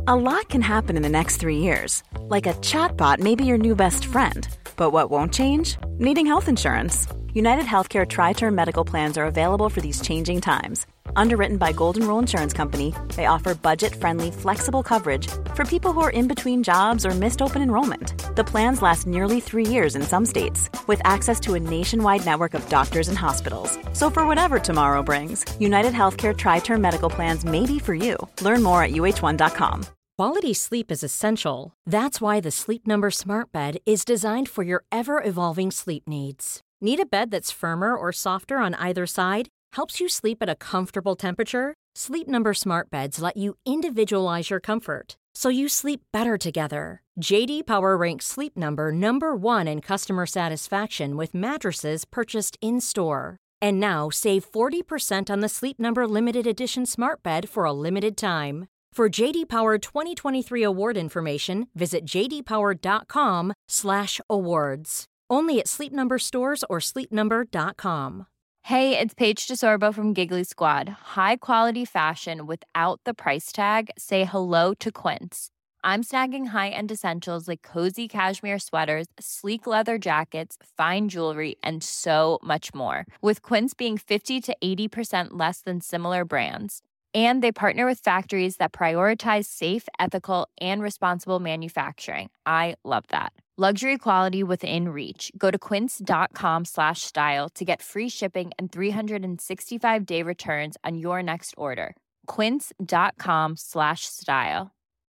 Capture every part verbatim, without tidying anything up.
A lot can happen in the next three years. Like a chatbot may be your new best friend. But what won't change? Needing health insurance. United Healthcare Tri-Term Medical Plans are available for these changing times. Underwritten by Golden Rule Insurance Company, they offer budget-friendly, flexible coverage for people who are in between jobs or missed open enrollment. The plans last nearly three years in some states, with access to a nationwide network of doctors and hospitals. So for whatever tomorrow brings, United Healthcare Tri-Term Medical Plans may be for you. Learn more at U H one dot com. Quality sleep is essential. That's why the Sleep Number Smart Bed is designed for your ever-evolving sleep needs. Need a bed that's firmer or softer on either side? Helps you sleep at a comfortable temperature? Sleep Number Smart Beds let you individualize your comfort, so you sleep better together. J D Power ranks Sleep Number number one in customer satisfaction with mattresses purchased in-store. And now save forty percent on the Sleep Number Limited Edition Smart Bed for a limited time. For J D Power twenty twenty-three award information, visit j d power dot com slash awards. Only at Sleep Number stores or sleep number dot com. Hey, it's Paige DeSorbo from Giggly Squad. High quality fashion without the price tag. Say hello to Quince. I'm snagging high-end essentials like cozy cashmere sweaters, sleek leather jackets, fine jewelry, and so much more. With Quince being fifty to eighty percent less than similar brands. And they partner with factories that prioritize safe, ethical, and responsible manufacturing. I love that. Luxury quality within reach. Go to quince.com slash style to get free shipping and three sixty-five day returns on your next order. Quince.com slash style.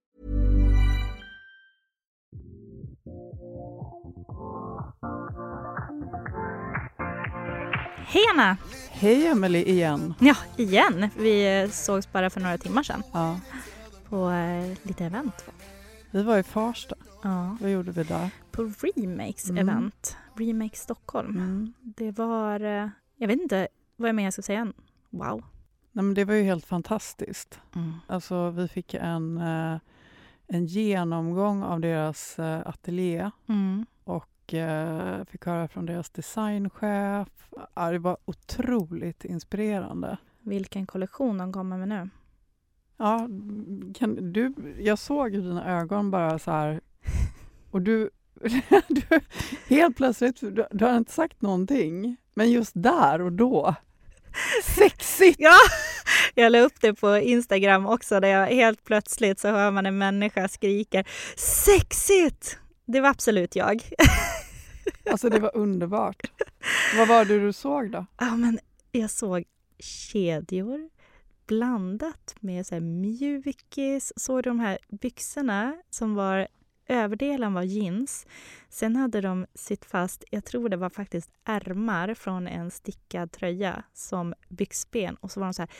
Hej Anna! Hej Emily igen. Ja, igen. Vi sågs bara för några timmar sedan. Ja. På eh, lite event. Va? Vi var i Farsta. Ja. Vad gjorde vi där? På Remakes Mm. event. Remake Stockholm. Mm. Det var, eh, jag vet inte vad jag mer jag ska säga. Wow. Nej, men det var ju helt fantastiskt. Mm. Alltså vi fick en, eh, en genomgång av deras eh, ateljé. Mm. Och eh, fick höra från deras designchef. Ja, det var otroligt inspirerande. Vilken kollektion de kommer med nu. Ja, kan du, jag såg i dina ögon bara så här. Och du, du helt plötsligt, du, du har inte sagt någonting. Men just där och då. Sexigt! Ja, jag la upp det på Instagram också. Där jag helt plötsligt så hör man en människa skrika. Sexigt! Det var absolut jag. Alltså det var underbart. Vad var det du såg då? Ja, men jag såg kedjor blandat med så här mjukis. Såg de här byxorna som var, överdelen var jeans. Sen hade de sitt fast, jag tror det var faktiskt ärmar från en stickad tröja som byxben. Och så var de så här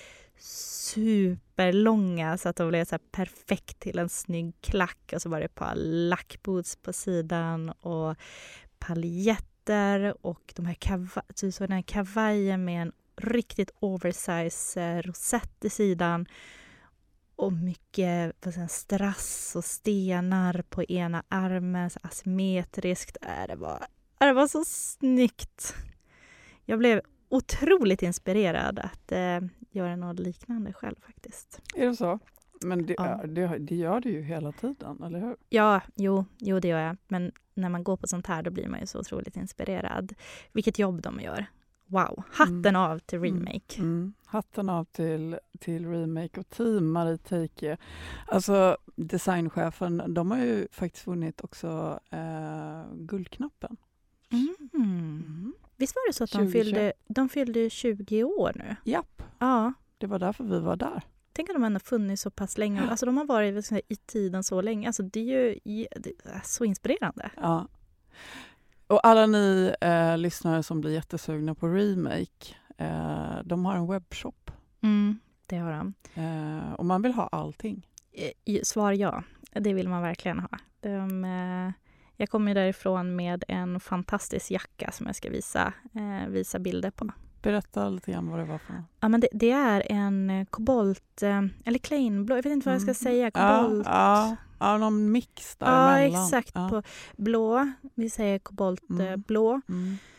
superlånga så att de blev så här perfekt till en snygg klack. Och så var det ett par lackboots på sidan och paljetter och de här, kava- så den här kavajen med en riktigt oversize eh, rosett i sidan och mycket vad säger, strass och stenar på ena armen, så asymmetriskt. Äh, det, var, äh, det var så snyggt. Jag blev otroligt inspirerad att eh, göra något liknande själv faktiskt. Är det så? Men det, Ja. det, det gör du ju hela tiden, eller hur? Ja, jo, jo, det gör jag. Men när man går på sånt här då blir man ju så otroligt inspirerad. Vilket jobb de gör. Wow, hatten Mm. av till Remake. Mm. Mm. Hatten av till, till Remake och team Marie Teike. Alltså designchefen, de har ju faktiskt vunnit också eh, Guldknappen. Mm. Mm. Visst var det så att de tjugo fyllde, de fyllde tjugo år nu? Japp, Ja. det var därför vi var där. Tänk att de ändå funnits så pass länge. Alltså de har varit i tiden så länge. Alltså det är ju det är så inspirerande. Ja. Och alla ni eh, lyssnare som blir jättesugna på Remake, eh, de har en webbshop. Mm, det har de. Eh, och man vill ha allting. I, svar ja. Det vill man verkligen ha. De, eh, jag kommer därifrån med en fantastisk jacka som jag ska visa, eh, visa bilder på. Berätta lite grann vad det var för något. Ja, men det, det är en kobolt, eh, eller plainblå, jag vet inte vad jag ska säga. Kobolt. Ja, ja, ja, någon mix Ja, däremellan. exakt. Ja. På blå, vi säger koboltblå. Mm. Mm.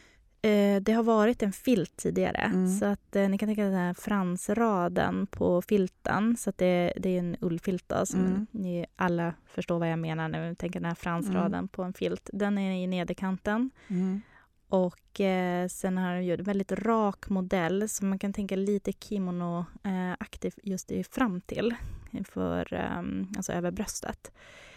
eh, det har varit en filt tidigare. Mm. Så att eh, ni kan tänka den här fransraden på filten. Så att det, det är en ullfilt då, som Mm. ni alla förstår vad jag menar när vi tänker den här fransraden Mm. på en filt. Den är i nederkanten. Mm. Och eh, sen har den ju en väldigt rak modell så man kan tänka lite kimono-aktiv eh, just i fram till. För, eh, alltså över bröstet.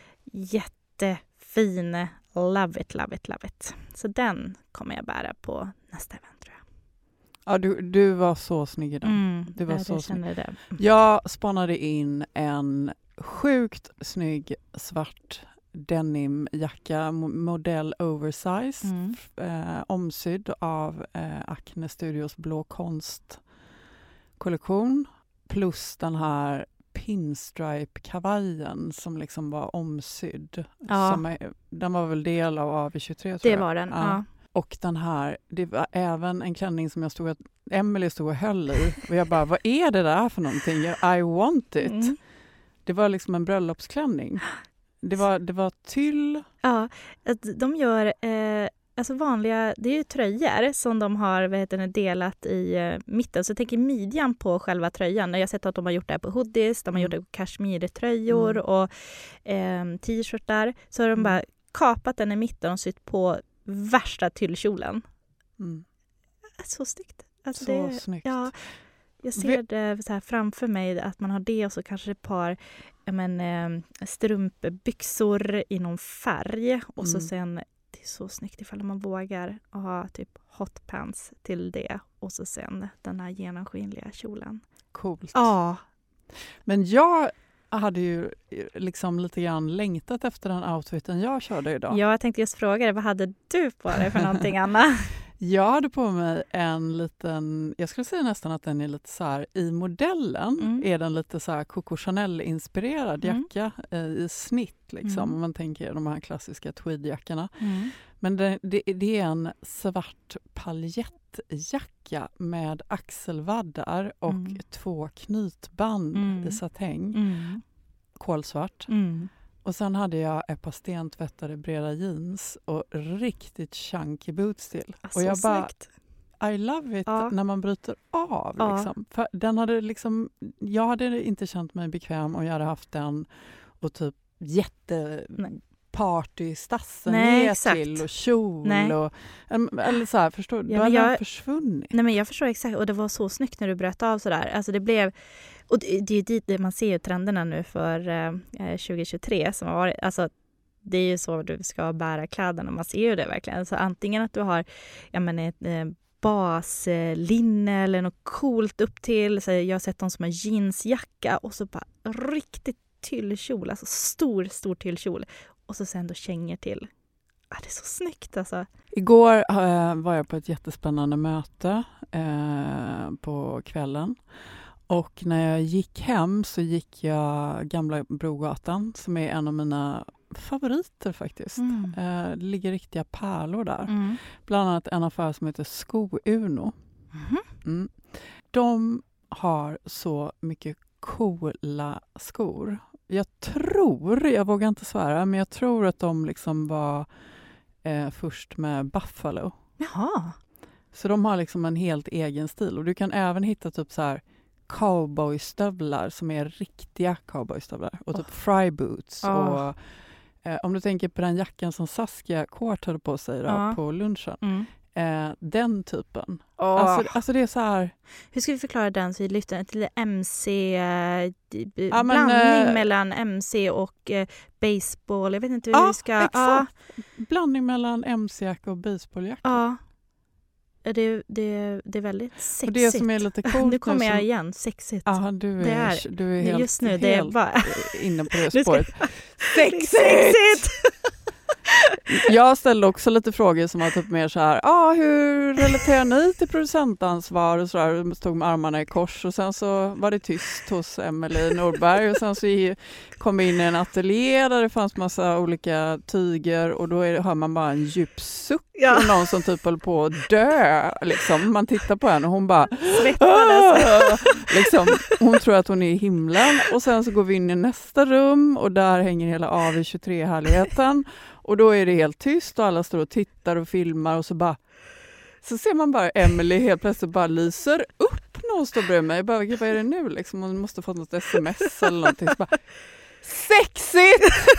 Jättefin. Love it, love it, love it. Så den kommer jag bära på nästa event tror jag. Ja, du, du var så snygg i den. Mm, Det var ja, så jag känner det. Jag spanade in en sjukt snygg svart denimjacka, modell oversize, Mm. eh, omsydd av eh, Acne Studios blå konstkollektion. Plus den här pinstripe-kavajen som liksom var omsydd. Ja. Som är, den var väl del av A V tjugotre tror Det jag. var den, Ja. ja. Och den här, det var även en klänning som jag stod att Emily stod och höll i. Och jag bara, vad är det där för någonting? I want it. Mm. Det var liksom en bröllopsklänning. Det var, det var tyll. Ja, att de gör eh, alltså vanliga, det är ju tröjor som de har vad heter det, delat i eh, mitten. Så jag tänker midjan på själva tröjan. Jag har sett att de har gjort det här på hoodies, de har Mm. gjort det på kashmirtröjor Mm. och eh, t-shirtar. Så har de Mm. bara kapat den i mitten och sytt på värsta tyllkjolen. Mm. Så snyggt. Alltså Så det, snyggt. Ja, jag ser det så här framför mig att man har det och så kanske ett par ja, men, eh, strumpbyxor i någon färg. Och så Mm. sen, det är så snyggt ifall man vågar ha typ hotpants till det. Och så sen den här genomskinliga kjolen. Coolt. Ja. Men jag hade ju liksom lite grann längtat efter den outfiten jag körde idag. Jag tänkte just fråga dig, vad hade du på dig för någonting, Anna? Jag hade på mig en liten, jag skulle säga nästan att den är lite så här, i modellen Mm. är den lite så här Coco Chanel-inspirerad Mm. jacka eh, i snitt liksom. Mm. Om man tänker de här klassiska tweedjackorna. Mm. Men det, det, det är en svart paljettjacka med axelvaddar och Mm. två knytband Mm. i satäng. Mm. Kolsvart. Mm. Och sen hade jag ett par stentvättade breda jeans och riktigt chunky boots till. Alltså, och jag bara, snyggt. I love it Ja. när man bryter av. Ja. Liksom. För den hade liksom, jag hade inte känt mig bekväm om jag hade haft den och typ jätte Nej. partystassen Nej, ner exakt. till och kjol. Nej. Och, eller så här, förstår du? Ja, Då men hade jag- den försvunnit. Nej, men jag förstår exakt, och det var så snyggt när du bröt av sådär. Alltså det blev, och det, det är ju dit det man ser ju trenderna nu för eh, tjugohundratjugotre som har varit, alltså det är ju så du ska bära kläderna, man ser ju det verkligen. Alltså antingen att du har, jag menar ett eh, baslinne eller något coolt upp till, så jag har sett de som har jeansjacka och så bara riktigt tyllkjol, alltså stor, stor tyllkjol. Och så sen då kängor till. Ah, det är så snyggt alltså. Igår eh, var jag på ett jättespännande möte eh, på kvällen. Och när jag gick hem så gick jag Gamla Brogatan som är en av mina favoriter faktiskt. Mm. Eh, det ligger riktiga pärlor där. Mm. Bland annat en affär som heter Sko-Uno. Mhm. Mm. De har så mycket coola skor. Jag tror, jag vågar inte svära, men jag tror att de liksom var eh, först med Buffalo. Jaha. Så de har liksom en helt egen stil. Och du kan även hitta typ så här cowboystövlar som är riktiga cowboystövlar. Och typ Oh. fry boots. Oh. Och, eh, om du tänker på den jackan som Saskia Kort hade på sig då, Ja. på lunchen. Mm. Eh, den typen. Oh. Alltså, alltså det är så här... Hur ska vi förklara den så vi lyfter den till M C, eh, d- b- Ja, men, blandning eh, mellan M C och eh, baseball. Jag vet inte hur Ja, vi ska... exakt. Blandning mellan M C-jacka och baseballjacka. Ja, ja. Det, det, det är väldigt sexigt. Och det som är lite coolt nu kommer jag som, igen, sexigt. Ja, du Det är, är- du är helt, Just nu, det är helt bara... inne på det Nu ska- spåret. Sexigt! Jag ställde också lite frågor som var typ mer så här, ah, hur relaterar ni till producentansvar och så där, stod med armarna i kors och sen så var det tyst hos Emily Norberg och sen så i- kom vi in i en ateljé där det fanns massa olika tyger och då är, hör man bara en djup suck Ja. från någon som typ håller på att dö. Liksom. Man tittar på henne och hon bara Svettades. "Ah!" liksom, hon tror att hon är i himlen och sen så går vi in i nästa rum och där hänger hela A V tjugotre-härligheten och då är det helt tyst och alla står och tittar och filmar och så bara Så ser man bara Emily helt plötsligt bara lyser upp när hon står bredvid mig. Jag bara, vad är det nu liksom? Hon måste få något sms eller någonting. Så bara, sexigt!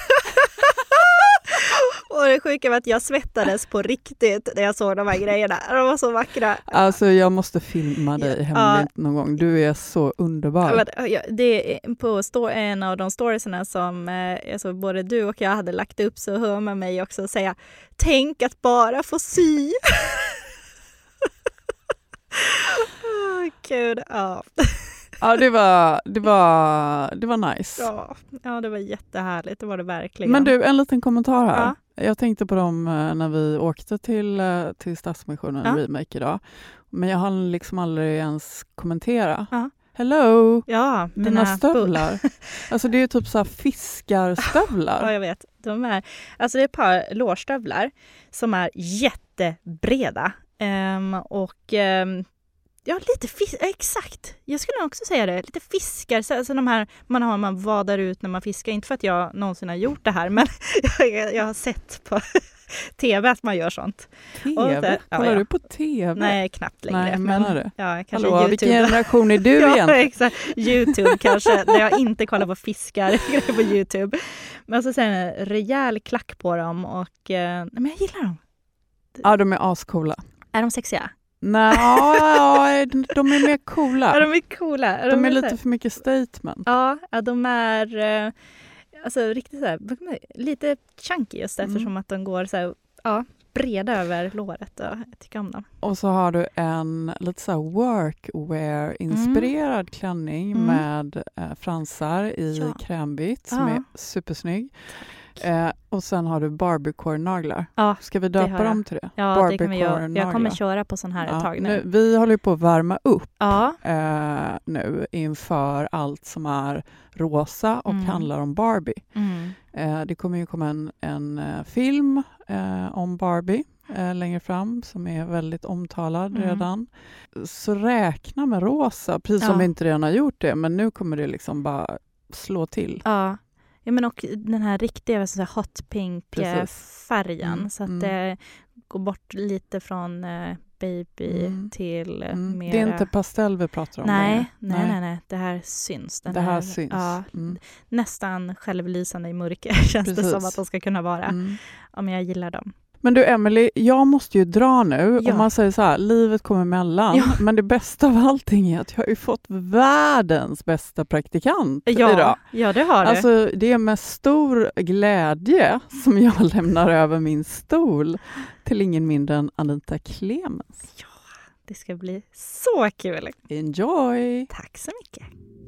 Och det sjuka var att jag svettades på riktigt när jag såg de här grejerna. De var så vackra. Alltså jag måste filma dig hemligt ja. någon gång. Du är så underbar. Det är på en av de storiesarna som alltså, både du och jag hade lagt upp, så hör man mig också säga, tänk att bara få sy. oh, Gud, ja. Ja, det var, det var, det var nice. Ja, ja, det var jättehärligt. Det var det verkligen. Men du, en liten kommentar här. Ja. Jag tänkte på dem när vi åkte till, till Stadsmissionen ja. Remake idag. Men jag hann liksom aldrig ens kommentera. Ja. Hello! Ja, dina stövlar. Alltså det är typ så här fiskarstövlar. Ja, jag vet. De är, alltså det är ett par lårstövlar som är jättebreda. Um, och... Um, Ja, lite fisk, exakt. Jag skulle också säga det. Lite fiskar, så, alltså de här man har man vadar ut när man fiskar. Inte för att jag någonsin har gjort det här, men jag, jag har sett på tv att man gör sånt. T V? Det, ja, Kollar ja. du på tv? Nej, knappt längre. Nej, menar du? Ja, kanske Hallå, YouTube. Vilken generation är du ja, egentligen? Exakt. YouTube kanske, där jag inte kollar på fiskar på YouTube. Men så sen en rejäl klack på dem och eh, men jag gillar dem. Ja, de är ascoola. Är de sexiga? Nej, de är mer coola. Ja, de är coola. De, de är lite för mycket statement. Ja, ja de är eh, alltså riktigt så här, lite chunky just eftersom mm. att de går så här, ja, breda över låret och jag tycker om dem. Och så har du en lite så här workwear-inspirerad mm. klänning mm. med eh, fransar i ja. krämvitt som ja. är supersnygg. Eh, och sen har du Barbiecore-naglar. Ja, ska vi döpa dem till det? Ja, det kan vi göra. Jag kommer köra på sån här ja, ett tag nu. nu. Vi håller på att värma upp ja. eh, nu inför allt som är rosa och mm. handlar om Barbie. Mm. Eh, det kommer ju komma en, en uh, film uh, om Barbie uh, längre fram som är väldigt omtalad mm. redan. Så räkna med rosa, precis ja. som vi inte redan har gjort det. Men nu kommer det liksom bara slå till. Ja. Ja, men och den här riktiga så här hot pink Precis. färgen mm, så att mm. det går bort lite från uh, baby mm. till uh, mm. mer... Det är inte pastell vi pratar om. Nej, nej, nej, nej, nej. Det här syns. Den det här här, syns. Ja, mm. Nästan självlysande i mörker känns Precis. det som att de ska kunna vara. Mm. Ja, men jag gillar dem. Men du Emily, jag måste ju dra nu. Ja. Om man säger så här, livet kommer emellan. Ja. Men det bästa av allting är att jag har ju fått världens bästa praktikant ja. idag. Ja, det har du. Alltså det är med stor glädje som jag lämnar över min stol till ingen mindre än Anita Clemens. Ja, det ska bli så kul. Enjoy! Tack så mycket.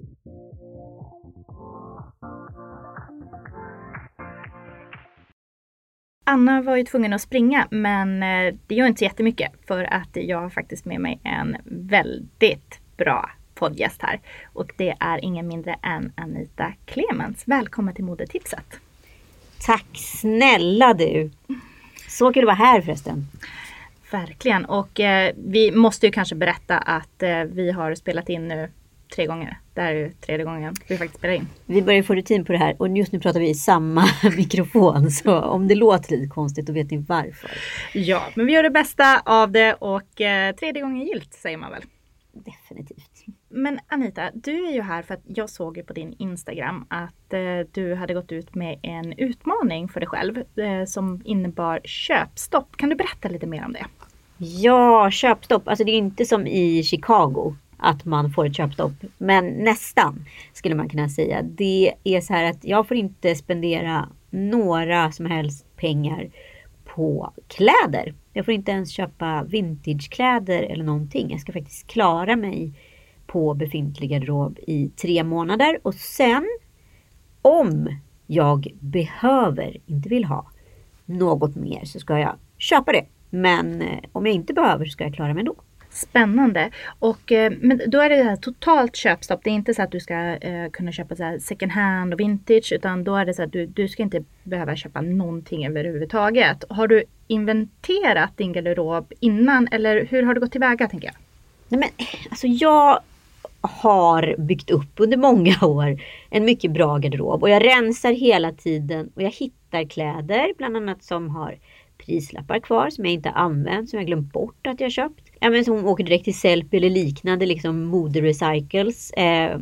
Anna var ju tvungen att springa, men det gör inte så jättemycket för att jag har faktiskt med mig en väldigt bra poddgäst här. Och det är ingen mindre än Anita Clemens. Välkommen till Modetipset. Tack snälla du. Så kul att vara här förresten. Verkligen. Och eh, vi måste ju kanske berätta att eh, vi har spelat in nu tre gånger. Det här är ju tredje gången vi faktiskt spelar in. Vi börjar få rutin på det här och just nu pratar vi i samma mikrofon. Så om det låter lite konstigt då vet ni varför. Ja, men vi gör det bästa av det och eh, tredje gången gilt säger man väl. Definitivt. Men Anita, du är ju här för att jag såg ju på din Instagram att eh, du hade gått ut med en utmaning för dig själv eh, som innebar köpstopp. Kan du berätta lite mer om det? Ja, köpstopp. Alltså det är inte som i Chicago att man får ett köpstopp. Men nästan skulle man kunna säga. Det är så här att jag får inte spendera några som helst pengar på kläder. Jag får inte ens köpa vintagekläder eller någonting. Jag ska faktiskt klara mig på befintlig garderob i tre månader. Och sen, om jag behöver, inte vill ha något mer så ska jag köpa det. Men om jag inte behöver så ska jag klara mig då. Spännande. Och, men då är det här totalt köpstopp. Det är inte så att du ska eh, kunna köpa så här second hand och vintage. Utan då är det så att du, du ska inte behöva köpa någonting överhuvudtaget. Har du inventerat din garderob innan? Eller hur har du gått tillväga tänker jag? Nej men alltså jag har byggt upp under många år en mycket bra garderob. Och jag rensar hela tiden och jag hittar kläder bland annat som har prislappar kvar som jag inte använt, som jag glömt bort att jag köpt. Ja, men som åker direkt till Sellpy eller liknande, liksom moderecycles. Eh,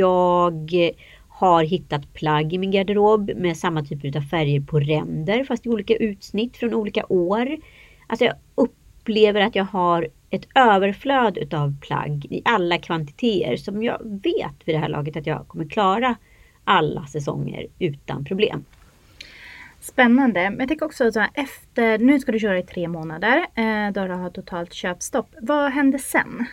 jag har hittat plagg i min garderob med samma typ av färger på ränder, fast i olika utsnitt från olika år. Alltså jag upplever att jag har ett överflöd utav plagg i alla kvantiteter som jag vet vid det här laget att jag kommer klara alla säsonger utan problem. Spännande. Men jag tänker också så här, efter, nu ska du köra i tre månader eh, då du har totalt köpstopp. Vad händer sen?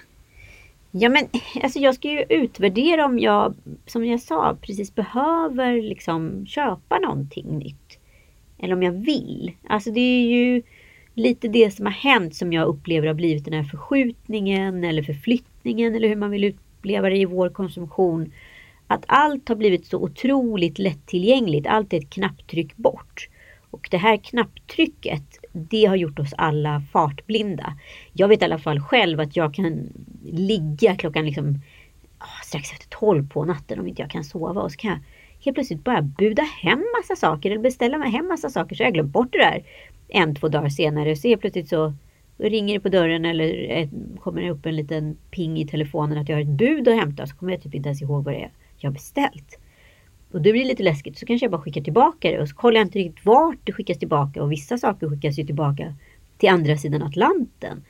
Ja, men alltså jag ska ju utvärdera om jag, som jag sa, precis behöver liksom köpa någonting nytt. Eller om jag vill. Alltså det är ju lite det som har hänt som jag upplever har blivit den här förskjutningen eller förflyttningen eller hur man vill uppleva det i vår konsumtion. Att allt har blivit så otroligt lättillgängligt. Allt är ett knapptryck bort. Och det här knapptrycket, det har gjort oss alla fartblinda. Jag vet i alla fall själv att jag kan ligga klockan liksom, oh, strax efter tolv på natten om inte jag kan sova. Och så kan jag helt plötsligt bara buda hem massa saker eller beställa mig hem massa saker. Så jag har glömt bort det där en, två dagar senare. Så helt plötsligt så ringer det på dörren eller ett, kommer det upp en liten ping i telefonen att jag har ett bud att hämta. Så kommer jag typ inte ens ihåg vad det är jag har beställt. Och det blir lite läskigt, så kanske jag bara skickar tillbaka det. Och så kollar jag inte riktigt vart det skickas tillbaka. Och vissa saker skickas ju tillbaka till andra sidan Atlanten.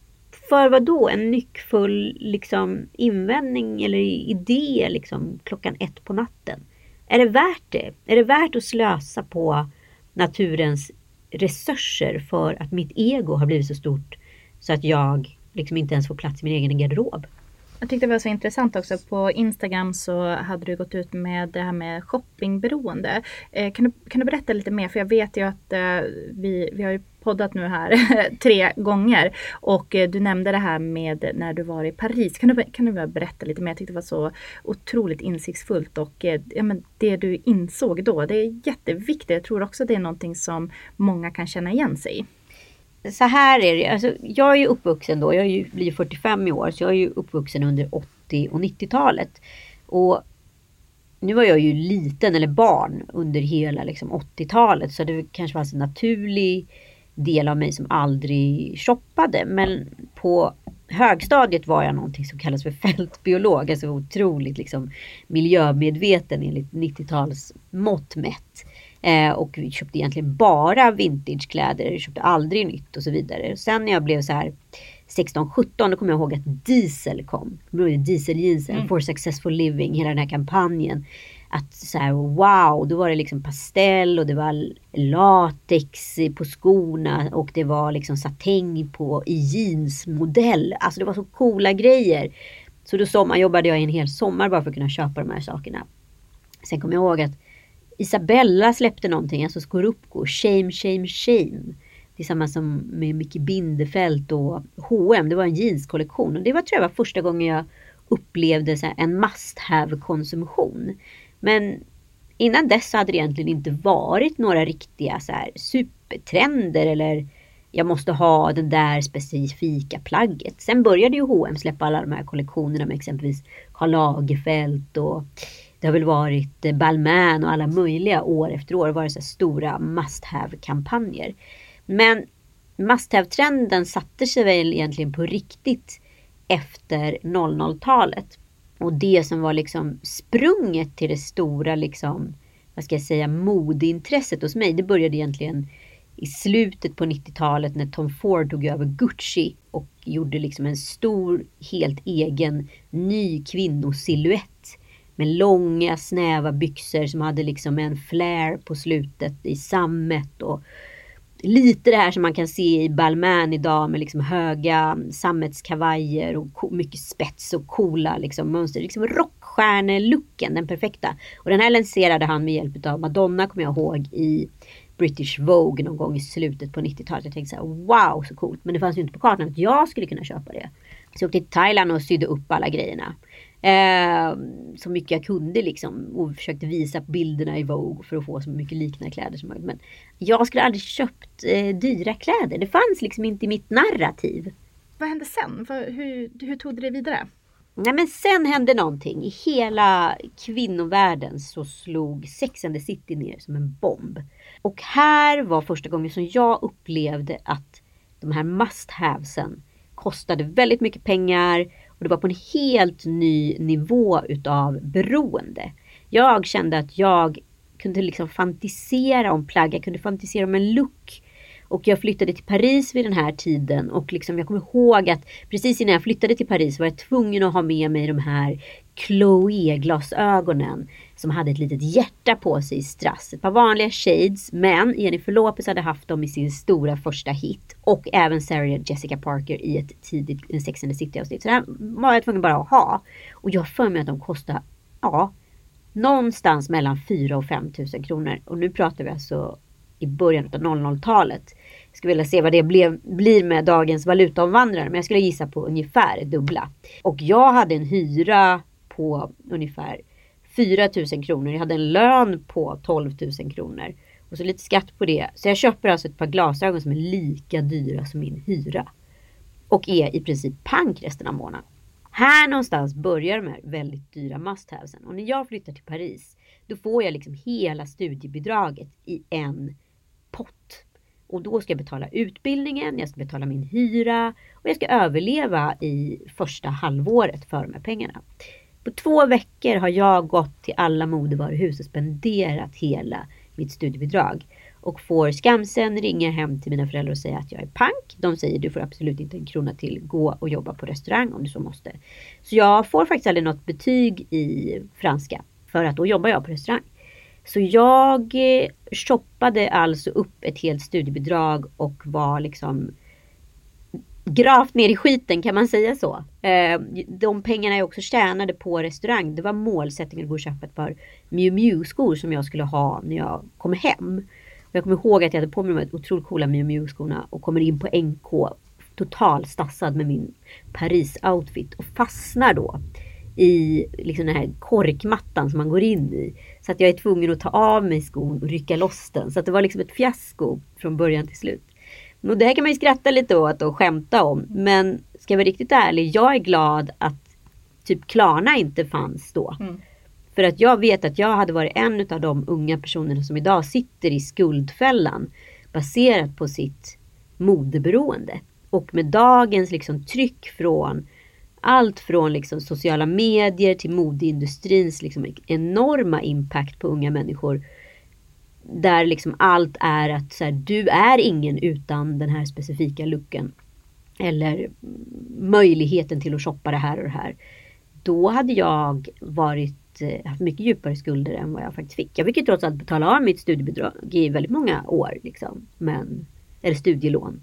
För vad då? En nyckfull liksom, invändning eller idé liksom, klockan ett på natten. Är det värt det? Är det värt att slösa på naturens resurser för att mitt ego har blivit så stort så att jag liksom inte ens får plats i min egen garderob? Jag tyckte det var så intressant också. På Instagram så hade du gått ut med det här med shoppingberoende. Eh, kan, du, kan du berätta lite mer? För jag vet ju att eh, vi, vi har ju poddat nu här tre gånger. Och eh, du nämnde det här med när du var i Paris. Kan du, kan du berätta lite mer? Jag tyckte det var så otroligt insiktsfullt. Och eh, ja, men det du insåg då, det är jätteviktigt. Jag tror också det är någonting som många kan känna igen sig i. Så här är det, alltså, jag är ju uppvuxen då, jag är ju, blir fyrtiofem i år, så jag är ju uppvuxen under åttio- och nittiotalet. Och nu var jag ju liten eller barn under hela liksom, åttiotalet, så det kanske var en naturlig del av mig som aldrig shoppade. Men på högstadiet var jag någonting som kallas för fältbiolog, alltså otroligt liksom, miljömedveten enligt nittio-tals mått mätt. Eh, och vi köpte egentligen bara vintagekläder, köpte aldrig nytt och så vidare. Sen när jag blev så här sexton sjutton, då kom jag ihåg att Diesel kom. Dieseljeansen, mm. For Successful Living, hela den här kampanjen. Att så här, wow, då var det liksom pastell och det var latex på skorna och det var liksom satäng på i jeansmodell. Alltså det var så coola grejer. Så då sommarjobbade jag en hel sommar bara för att kunna köpa de här sakerna. Sen kom jag ihåg att Isabella släppte någonting, alltså Scorupco, Shame, Shame, Shame. Det är samma som med Micke Bindefeld och H och M. Det var en jeanskollektion och det var tror jag var första gången jag upplevde så här, en must-have-konsumtion. Men innan dess hade det egentligen inte varit några riktiga så här, supertrender eller jag måste ha den där specifika plagget. Sen började ju H och M släppa alla de här kollektionerna med exempelvis Karl Lagerfeld och det har väl varit Balmain och alla möjliga år efter år var det så stora must-have-kampanjer. Men must-have-trenden satte sig väl egentligen på riktigt efter noll noll-talet. Och det som var liksom sprunget till det stora liksom, vad ska jag säga, modeintresset hos mig, det började egentligen i slutet på nittiotalet när Tom Ford tog över Gucci och gjorde liksom en stor, helt egen ny kvinnosilhuett. Med långa snäva byxor som hade liksom en flare på slutet i sammet. Och lite det här som man kan se i Balmain idag med liksom höga sammetskavajer och mycket spets och coola liksom mönster. Liksom rockstjärnelooken, den perfekta. Och den här lanserade han med hjälp av Madonna, kommer jag ihåg, i British Vogue någon gång i slutet på nittiotalet. Jag tänkte så här, wow, så coolt. Men det fanns ju inte på kartan att jag skulle kunna köpa det. Så jag åkte till Thailand och sydde upp alla grejerna. Eh, så mycket jag kunde liksom. Och försökte visa på bilderna i Vogue för att få så mycket liknande kläder som möjligt. Men jag skulle aldrig köpt eh, dyra kläder. Det fanns liksom inte i mitt narrativ. Vad hände sen? Hur, hur tog du det vidare? Nej, men sen hände någonting. I hela kvinnovärlden så slog Sex and the City ner som en bomb. Och här var första gången som jag upplevde att de här must-havesen kostade väldigt mycket pengar. Och det var på en helt ny nivå utav beroende. Jag kände att jag kunde liksom fantisera om plagg. Jag kunde fantisera om en look. Och jag flyttade till Paris vid den här tiden. Och liksom jag kommer ihåg att precis innan jag flyttade till Paris var jag tvungen att ha med mig de här Chloé-glasögonen. Som hade ett litet hjärta på sig i strass. Ett par vanliga shades. Men Jennifer Lopez hade haft dem i sin stora första hit. Och även Sarah Jessica Parker i ett tidigt Sex and the City-avsnitt. Så det här var jag tvungen bara att ha. Och jag för mig att de kostar, ja, någonstans mellan fyra och fem tusen kronor. Och nu pratar vi alltså i början av noll noll-talet. Jag skulle vilja se vad det blev, blir med dagens valutaomvandrare. Men jag skulle gissa på ungefär dubbla. Och jag hade en hyra på ungefär fyra tusen kronor. Jag hade en lön på tolv tusen kronor. Och så lite skatt på det. Så jag köper alltså ett par glasögon som är lika dyra som min hyra. Och är i princip pank resten av månaden. Här någonstans börjar de här väldigt dyra must-havesen. Och när jag flyttar till Paris, då får jag liksom hela studiebidraget i en pott. Och då ska jag betala utbildningen, jag ska betala min hyra och jag ska överleva i första halvåret för de här pengarna. På två veckor har jag gått till alla modevaruhus och spenderat hela mitt studiebidrag. Och får skamsen ringa hem till mina föräldrar och säga att jag är pank. De säger du får absolut inte en krona till, gå och jobba på restaurang om du så måste. Så jag får faktiskt aldrig något betyg i franska för att då jobbar jag på restaurang. Så jag shoppade alltså upp ett helt studiebidrag och var liksom gravt ner i skiten, kan man säga så. De pengarna jag också tjänade på restaurang, det var målsättningen att gå och köpa ett par Miu Miu-skor som jag skulle ha när jag kom hem. Och jag kommer ihåg att jag hade på mig de här otroligt coola Miu Miu-skorna och kommer in på N K totalt stassad med min Paris-outfit och fastnar då i liksom den här korkmattan som man går in i. Så att jag är tvungen att ta av mig skon och rycka loss den. Så att det var liksom ett fiasko från början till slut. Och det här kan man ju skratta lite åt och skämta om. Men ska jag vara riktigt ärlig, jag är glad att typ Klarna inte fanns då. Mm. För att jag vet att jag hade varit en av de unga personerna som idag sitter i skuldfällan baserat på sitt modeberoende. Och med dagens liksom tryck från allt från liksom sociala medier till modeindustrins liksom enorma impact på unga människor. Där liksom allt är att så här, du är ingen utan den här specifika looken. Eller möjligheten till att shoppa det här och det här. Då hade jag varit, haft mycket djupare skulder än vad jag faktiskt fick. Jag fick ju trots allt betala av mitt studiebidrag i väldigt många år. Liksom. Men, eller studielån.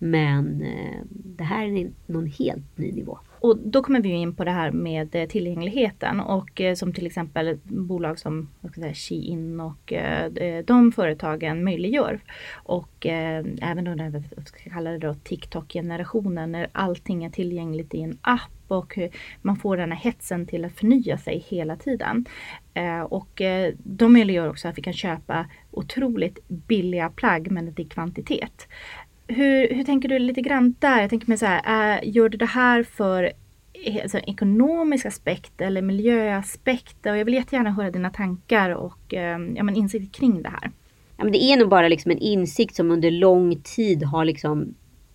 Men eh, det här är någon helt ny nivå. Och då kommer vi in på det här med tillgängligheten och eh, som till exempel bolag som jag ska säga, Shein och eh, de företagen möjliggör. Och eh, även då när vi ska kalla det då TikTok-generationen när allting är tillgängligt i en app och man får den här hetsen till att förnya sig hela tiden. Eh, och eh, de möjliggör också att vi kan köpa otroligt billiga plagg men i kvantitet. Hur, hur tänker du lite grann där? Jag tänker mig så här, äh, gör du det här för alltså, ekonomisk aspekt eller miljöaspekt? Och jag vill jättegärna höra dina tankar och äh, ja, men insikt kring det här. Ja, men det är nog bara liksom en insikt som under lång tid har liksom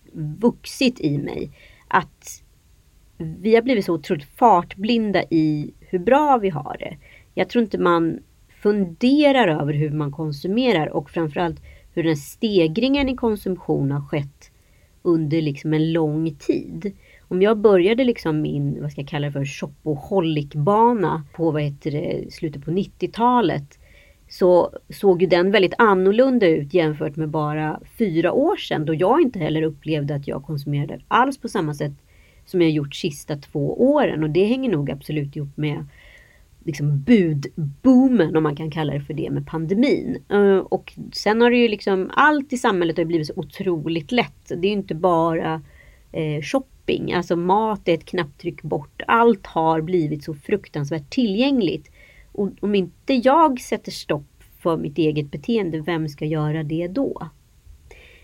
vuxit i mig. Att vi har blivit så otroligt fartblinda i hur bra vi har det. Jag tror inte man funderar över hur man konsumerar och framförallt hur den stegringen i konsumtion har skett under liksom en lång tid. Om jag började liksom min, vad ska jag kalla det för, shopaholic-bana på vad heter det, slutet på nittiotalet så såg ju den väldigt annorlunda ut jämfört med bara fyra år sedan då jag inte heller upplevde att jag konsumerade alls på samma sätt som jag gjort sista två åren. Och det hänger nog absolut ihop med liksom budboomen, om man kan kalla det för det, med pandemin. Uh, och sen har det ju liksom allt i samhället har blivit så otroligt lätt. Det är ju inte bara eh, shopping, alltså mat är ett knapptryck bort. Allt har blivit så fruktansvärt tillgängligt. Och om inte jag sätter stopp för mitt eget beteende, vem ska göra det då?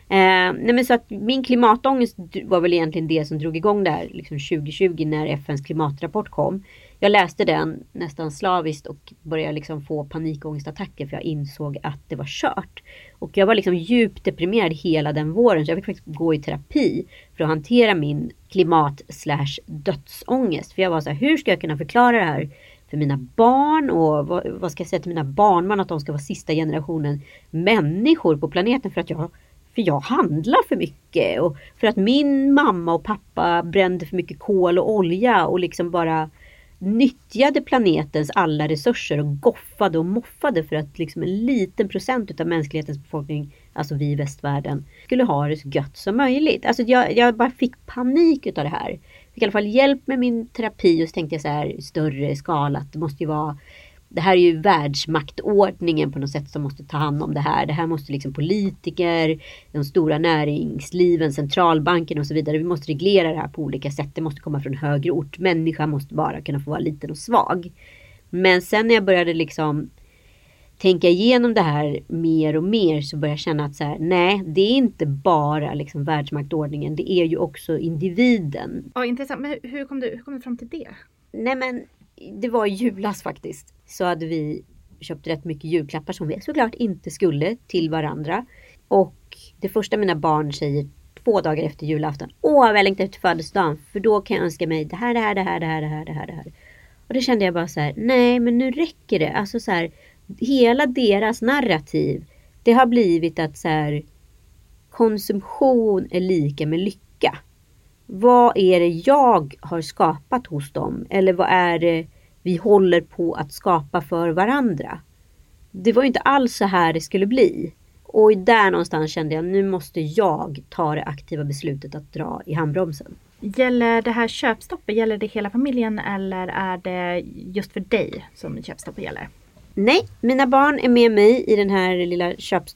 Eh, nej men så att min klimatångest var väl egentligen det som drog igång där liksom tjugo tjugo när F N:s klimatrapport kom. Jag läste den nästan slaviskt och började liksom få panikångestattacker för jag insåg att det var kört. Och jag var liksom djupt deprimerad hela den våren så jag fick faktiskt gå i terapi för att hantera min klimat slash dödsångest. För jag var så här, hur ska jag kunna förklara det här för mina barn och vad, vad ska jag säga till mina barnbarn att de ska vara sista generationen människor på planeten för att jag För jag handlar för mycket och för att min mamma och pappa brände för mycket kol och olja och liksom bara nyttjade planetens alla resurser och goffade och moffade för att liksom en liten procent av mänsklighetens befolkning, alltså vi i västvärlden, skulle ha det så gött som möjligt. Alltså jag, jag bara fick panik utav det här. Fick i alla fall hjälp med min terapi och så tänkte jag så här större skala att det måste ju vara det här är ju världsmaktordningen på något sätt som måste ta hand om det här. Det här måste liksom politiker, de stora näringsliven, centralbanken och så vidare. Vi måste reglera det här på olika sätt. Det måste komma från högre ort. Människan måste bara kunna få vara liten och svag. Men sen när jag började liksom tänka igenom det här mer och mer så började jag känna att så här, nej, det är inte bara liksom världsmaktordningen. Det är ju också individen. Ja, intressant. Men hur kom du, hur kom du fram till det? Nej men det var i julas faktiskt. Så hade vi köpt rätt mycket julklappar som vi såklart inte skulle till varandra. Och det första mina barn säger två dagar efter julafton. Åh, jag längtar efter födelsedagen. För då kan jag önska mig det här, det här, det här, det här, det här, det här, det här. Och det kände jag bara så här, nej men nu räcker det. Alltså så här, hela deras narrativ. Det har blivit att så här, konsumtion är lika med lycka. Vad är det jag har skapat hos dem? Eller vad är det vi håller på att skapa för varandra? Det var ju inte alls så här det skulle bli. Och där någonstans kände jag, nu måste jag ta det aktiva beslutet att dra i handbromsen. Gäller det här köpstoppet, gäller det hela familjen eller är det just för dig som köpstoppet gäller? Nej, mina barn är med mig i den här lilla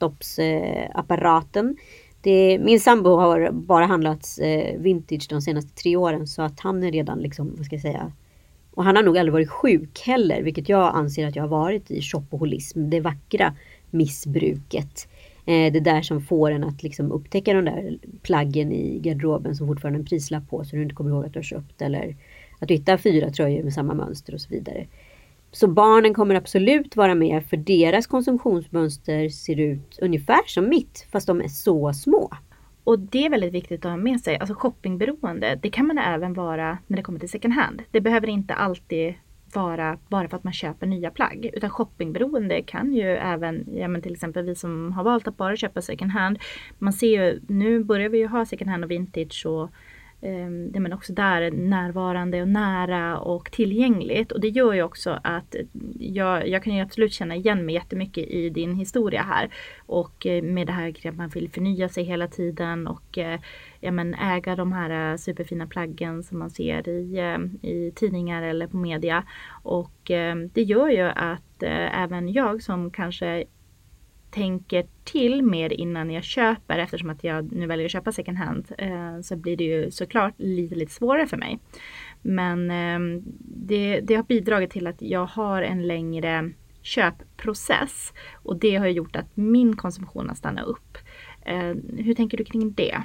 köpstoppsapparaten. Det, min sambo har bara handlat eh, vintage de senaste tre åren så att han är redan liksom, vad ska jag säga, och han har nog aldrig varit sjuk heller, vilket jag anser att jag har varit i shoppoholism, det vackra missbruket. Eh, det där som får en att liksom upptäcka de där plaggen i garderoben som fortfarande har en prislapp på så du inte kommer ihåg att du har köpt eller att du hittar fyra tröjor med samma mönster och så vidare. Så barnen kommer absolut vara med för deras konsumtionsmönster ser ut ungefär som mitt fast de är så små. Och det är väldigt viktigt att ha med sig. Alltså shoppingberoende, det kan man även vara när det kommer till second hand. Det behöver inte alltid vara bara för att man köper nya plagg. Utan shoppingberoende kan ju även, ja men till exempel vi som har valt att bara köpa second hand. Man ser ju, nu börjar vi ju ha second hand och vintage och det men också där närvarande och nära och tillgängligt. Och det gör ju också att jag, jag kan ju absolut känna igen mig jättemycket i din historia här. Och med det här att man vill förnya sig hela tiden och ja, men äga de här superfina plaggen som man ser i, i tidningar eller på media. Och det gör ju att även jag som kanske tänker till mer innan jag köper eftersom att jag nu väljer att köpa second hand eh, så blir det ju såklart lite, lite svårare för mig. Men eh, det, det har bidragit till att jag har en längre köpprocess och det har gjort att min konsumtion har stannat upp. Eh, hur tänker du kring det?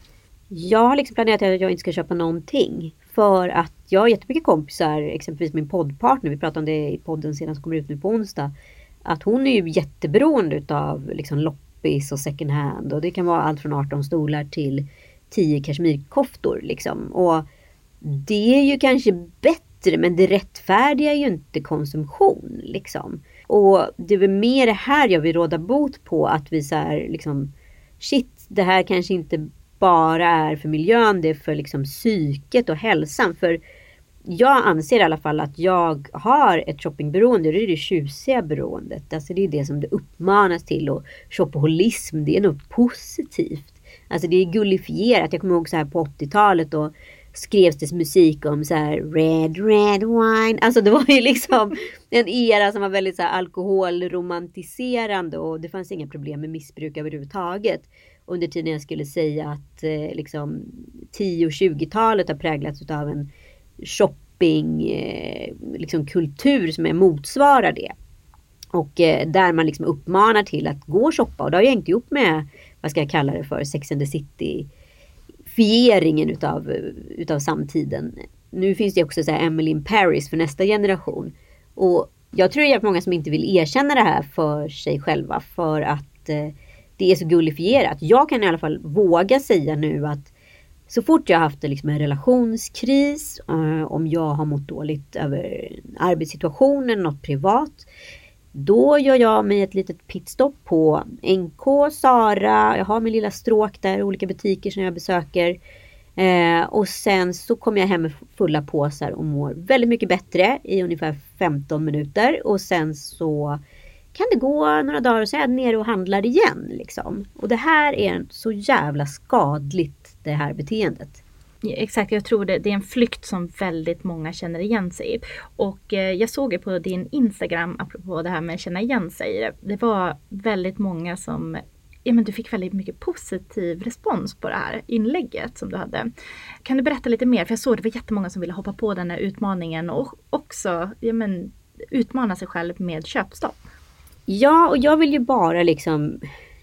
Jag har liksom planerat att jag inte ska köpa någonting för att jag har jättemycket kompisar, exempelvis min poddpartner, vi pratade om det i podden sedan som kommer ut nu på onsdag, att hon är ju jätteberoende av liksom loppis och second hand. Och det kan vara allt från arton stolar till tio kashmirkoftor. Liksom. Och det är ju kanske bättre men det rättfärdigar ju inte konsumtion. Liksom. Och det är väl mer det här jag vill råda bot på. Att vi så här, liksom, shit, det här kanske inte bara är för miljön. Det är för liksom, psyket och hälsan. För jag anser i alla fall att jag har ett shoppingberoende. Det är det tjusiga beroendet. Alltså det är det som det uppmanas till. Och shoppoholism, det är något positivt. Alltså det är gullifierat. Jag kommer ihåg så här på åttiotalet och skrevs det musik om så här red, red wine. Alltså det var ju liksom en era som var väldigt så här alkoholromantiserande. Och det fanns inga problem med missbruk överhuvudtaget. Under tiden jag skulle säga att eh, liksom tio- och tjugotalet har präglats av en shopping eh, liksom kultur som är motsvarar det. Och eh, där man liksom uppmanar till att gå och shoppa. Och det har jag inte gjort med, vad ska jag kalla det för, Sex and the City-fieringen utav, utav samtiden. Nu finns det också så här Emily in Paris för nästa generation. Och jag tror det är många som inte vill erkänna det här för sig själva. För att eh, det är så gullifierat. Jag kan i alla fall våga säga nu att så fort jag har haft liksom en relationskris, eh, om jag har mått dåligt över arbetssituationen, något privat, då gör jag mig ett litet pitstop på N K, Sara, jag har min lilla stråk där, olika butiker som jag besöker. Eh, och sen så kommer jag hem med fulla påsar och mår väldigt mycket bättre i ungefär femton minuter. Och sen så kan det gå några dagar och så är jag nere och handlar igen. Liksom. Och det här är så jävla skadligt, det här beteendet. Ja, exakt, jag tror det, det är en flykt som väldigt många känner igen sig i. Och eh, jag såg ju på din Instagram, apropå det här med att känna igen sig. Det var väldigt många som, ja men du fick väldigt mycket positiv respons på det här inlägget som du hade. Kan du berätta lite mer? För jag såg att det var jättemånga som ville hoppa på den här utmaningen och också, ja men, utmana sig själv med köpstopp. Ja, och jag vill ju bara liksom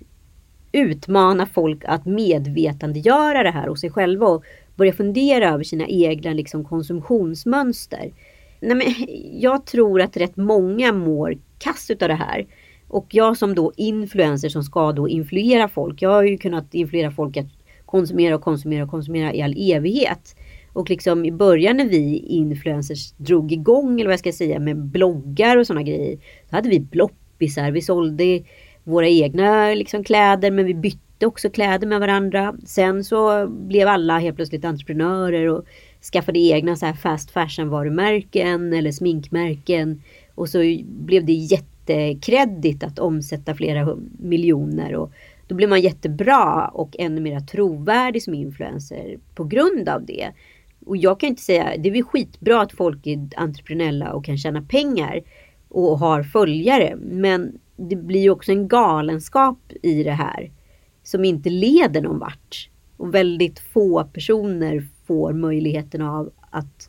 utmana folk att medvetandegöra det här hos sig själva och börja fundera över sina egna liksom konsumtionsmönster. Nej, men jag tror att rätt många mår kast utav det här. Och jag som då influencer som ska då influera folk. Jag har ju kunnat influera folk att konsumera och konsumera och konsumera i all evighet. Och liksom i början när vi influencers drog igång, eller vad jag ska säga, med bloggar och sådana grejer. Så hade vi bloppisar, vi sålde våra egna liksom kläder, men vi bytte också kläder med varandra. Sen så blev alla helt plötsligt entreprenörer och skaffade egna så här fast fashion varumärken eller sminkmärken. Och så blev det jättekreddigt att omsätta flera miljoner. Och då blir man jättebra och ännu mer trovärdig som influencer på grund av det. Och jag kan inte säga, det är väl skitbra att folk är entreprenöriella och kan tjäna pengar och har följare. Men det blir ju också en galenskap i det här som inte leder någon vart. Och väldigt få personer får möjligheten av att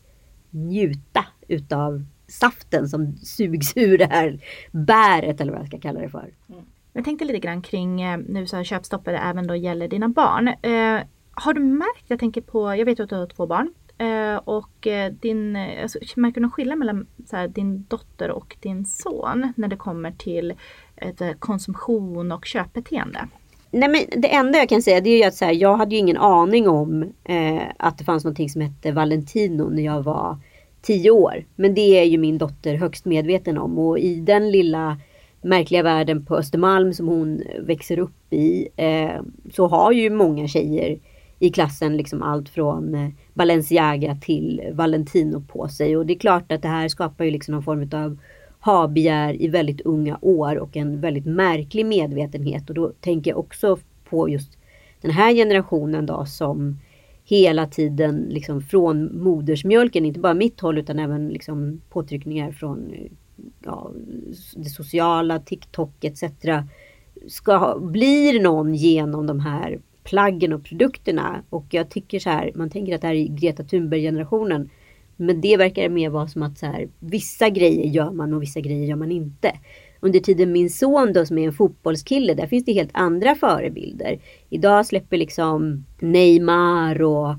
njuta utav saften som sugs ur det här bäret, eller vad jag ska kalla det för. Mm. Jag tänkte lite grann kring, nu så köpstoppet även då gäller dina barn. Eh, har du märkt, jag tänker på, jag vet att du har två barn. Eh, och din, alltså, märker du någon skillnad mellan så här, din dotter och din son när det kommer till ett, konsumtion och köpbeteende? Nej, men det enda jag kan säga det är ju att så här, jag hade ju ingen aning om eh, att det fanns någonting som hette Valentino när jag var tio år. Men det är ju min dotter högst medveten om. Och i den lilla märkliga världen på Östermalm som hon växer upp i eh, så har ju många tjejer i klassen liksom allt från eh, Balenciaga till Valentino på sig. Och det är klart att det här skapar ju liksom någon form av habegär i väldigt unga år och en väldigt märklig medvetenhet. Och då tänker jag också på just den här generationen då som hela tiden liksom från modersmjölken, inte bara mitt håll utan även liksom påtryckningar från ja, det sociala, TikTok et cetera. Ska ha, blir någon genom de här plaggen och produkterna. Och jag tycker så här, man tänker att det här är Greta Thunberg-generationen. Men det verkar mer vara som att så här, vissa grejer gör man och vissa grejer gör man inte. Under tiden min son då som är en fotbollskille, där finns det helt andra förebilder. Idag släpper liksom Neymar och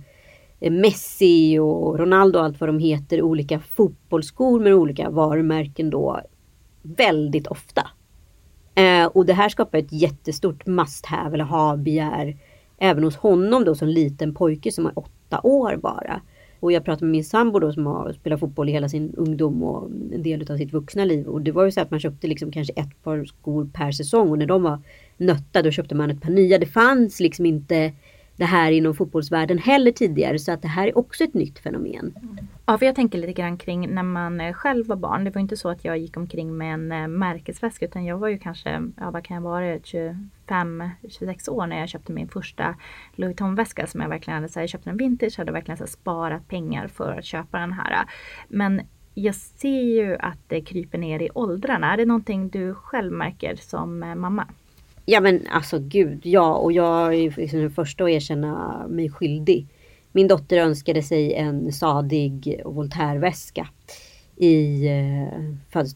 Messi och Ronaldo och allt vad de heter olika fotbollsskor med olika varumärken då väldigt ofta. Eh, och det här skapar ett jättestort must-have eller ha-begär även hos honom då som liten pojke som är åtta år bara. Och jag pratade med min sambo då som har spelat fotboll i hela sin ungdom och en del av sitt vuxna liv. Och det var ju så att man köpte liksom kanske ett par skor per säsong. Och när de var nötta då köpte man ett par nya. Det fanns liksom inte det här inom fotbollsvärlden heller tidigare. Så att det här är också ett nytt fenomen. Ja, för jag tänker lite grann kring när man själv var barn. Det var inte så att jag gick omkring med en märkesväska. Utan jag var ju kanske, ja vad kan jag vara, tjugofem tjugosex år när jag köpte min första Louis Vuitton-väska. Som jag verkligen hade, så här, jag köpte en vintage. Hade verkligen så här, sparat pengar för att köpa den här. Men jag ser ju att det kryper ner i åldrarna. Är det någonting du själv märker som mamma? Ja men alltså gud, ja. Och jag är liksom den första att erkänna mig skyldig. Min dotter önskade sig en sadig Voltaire-väska i eh, födelsedags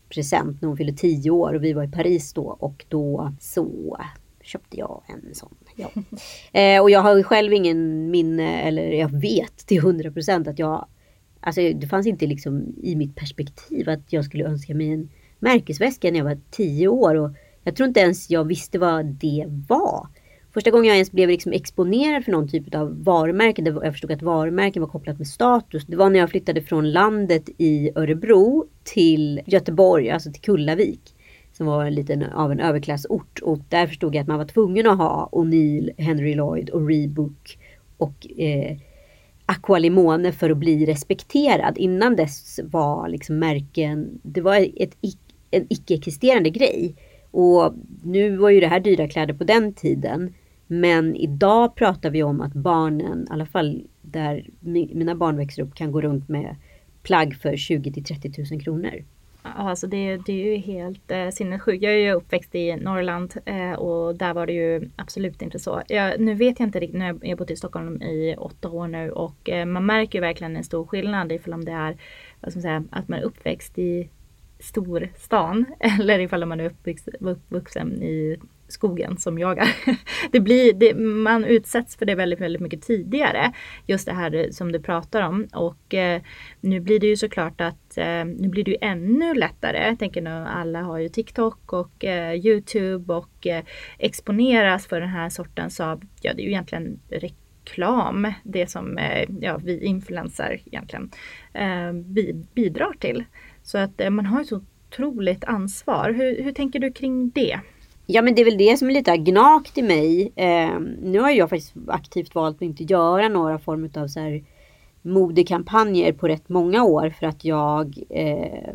present när hon fyllde tio år och vi var i Paris då. Och då så köpte jag en sån. Ja. Eh, och jag har själv ingen minne, eller jag vet till hundra procent att jag, alltså det fanns inte liksom i mitt perspektiv att jag skulle önska mig en märkesväska när jag var tio år. Och jag tror inte ens jag visste vad det var. Första gången jag ens blev liksom exponerad för någon typ av varumärke, där jag förstod att varumärken var kopplat med status, det var när jag flyttade från landet i Örebro till Göteborg, alltså till Kullavik, som var en liten av en överklassort. Och där förstod jag att man var tvungen att ha O'Neill, Henry Lloyd och Reebok och eh, Aqua Limone för att bli respekterad. Innan dess var liksom märken, det var ett, en icke-existerande grej. Och nu var ju det här dyra kläder på den tiden. Men idag pratar vi om att barnen, i alla fall där mina barn växer upp, kan gå runt med plagg för tjugo till trettio tusen kronor. Alltså det, det är ju helt eh, sinnessjukt. Jag är ju uppväxt i Norrland eh, och där var det ju absolut inte så. Jag, nu vet jag inte riktigt, nu har jag bott i Stockholm i åtta år nu och eh, man märker ju verkligen en stor skillnad ifall om det är, vad ska man säga, att man är uppväxt i storstan eller ifall man är uppvuxen, uppvuxen i skogen som jag är. Det blir, det, man utsätts för det väldigt, väldigt mycket tidigare. Just det här som du pratar om. Och eh, nu blir det ju såklart att eh, nu blir det ju ännu lättare. Jag tänker nu alla har ju TikTok och eh, YouTube och eh, exponeras för den här sortens av, ja det är ju egentligen reklam. Det som eh, ja, vi influencer egentligen eh, vi bidrar till. Så att eh, man har ju så otroligt ansvar. Hur, hur tänker du kring det? Ja, men det är väl det som är lite gnagt i mig. Eh, nu har jag faktiskt aktivt valt att inte göra några form av så här modekampanjer på rätt många år. För att jag eh,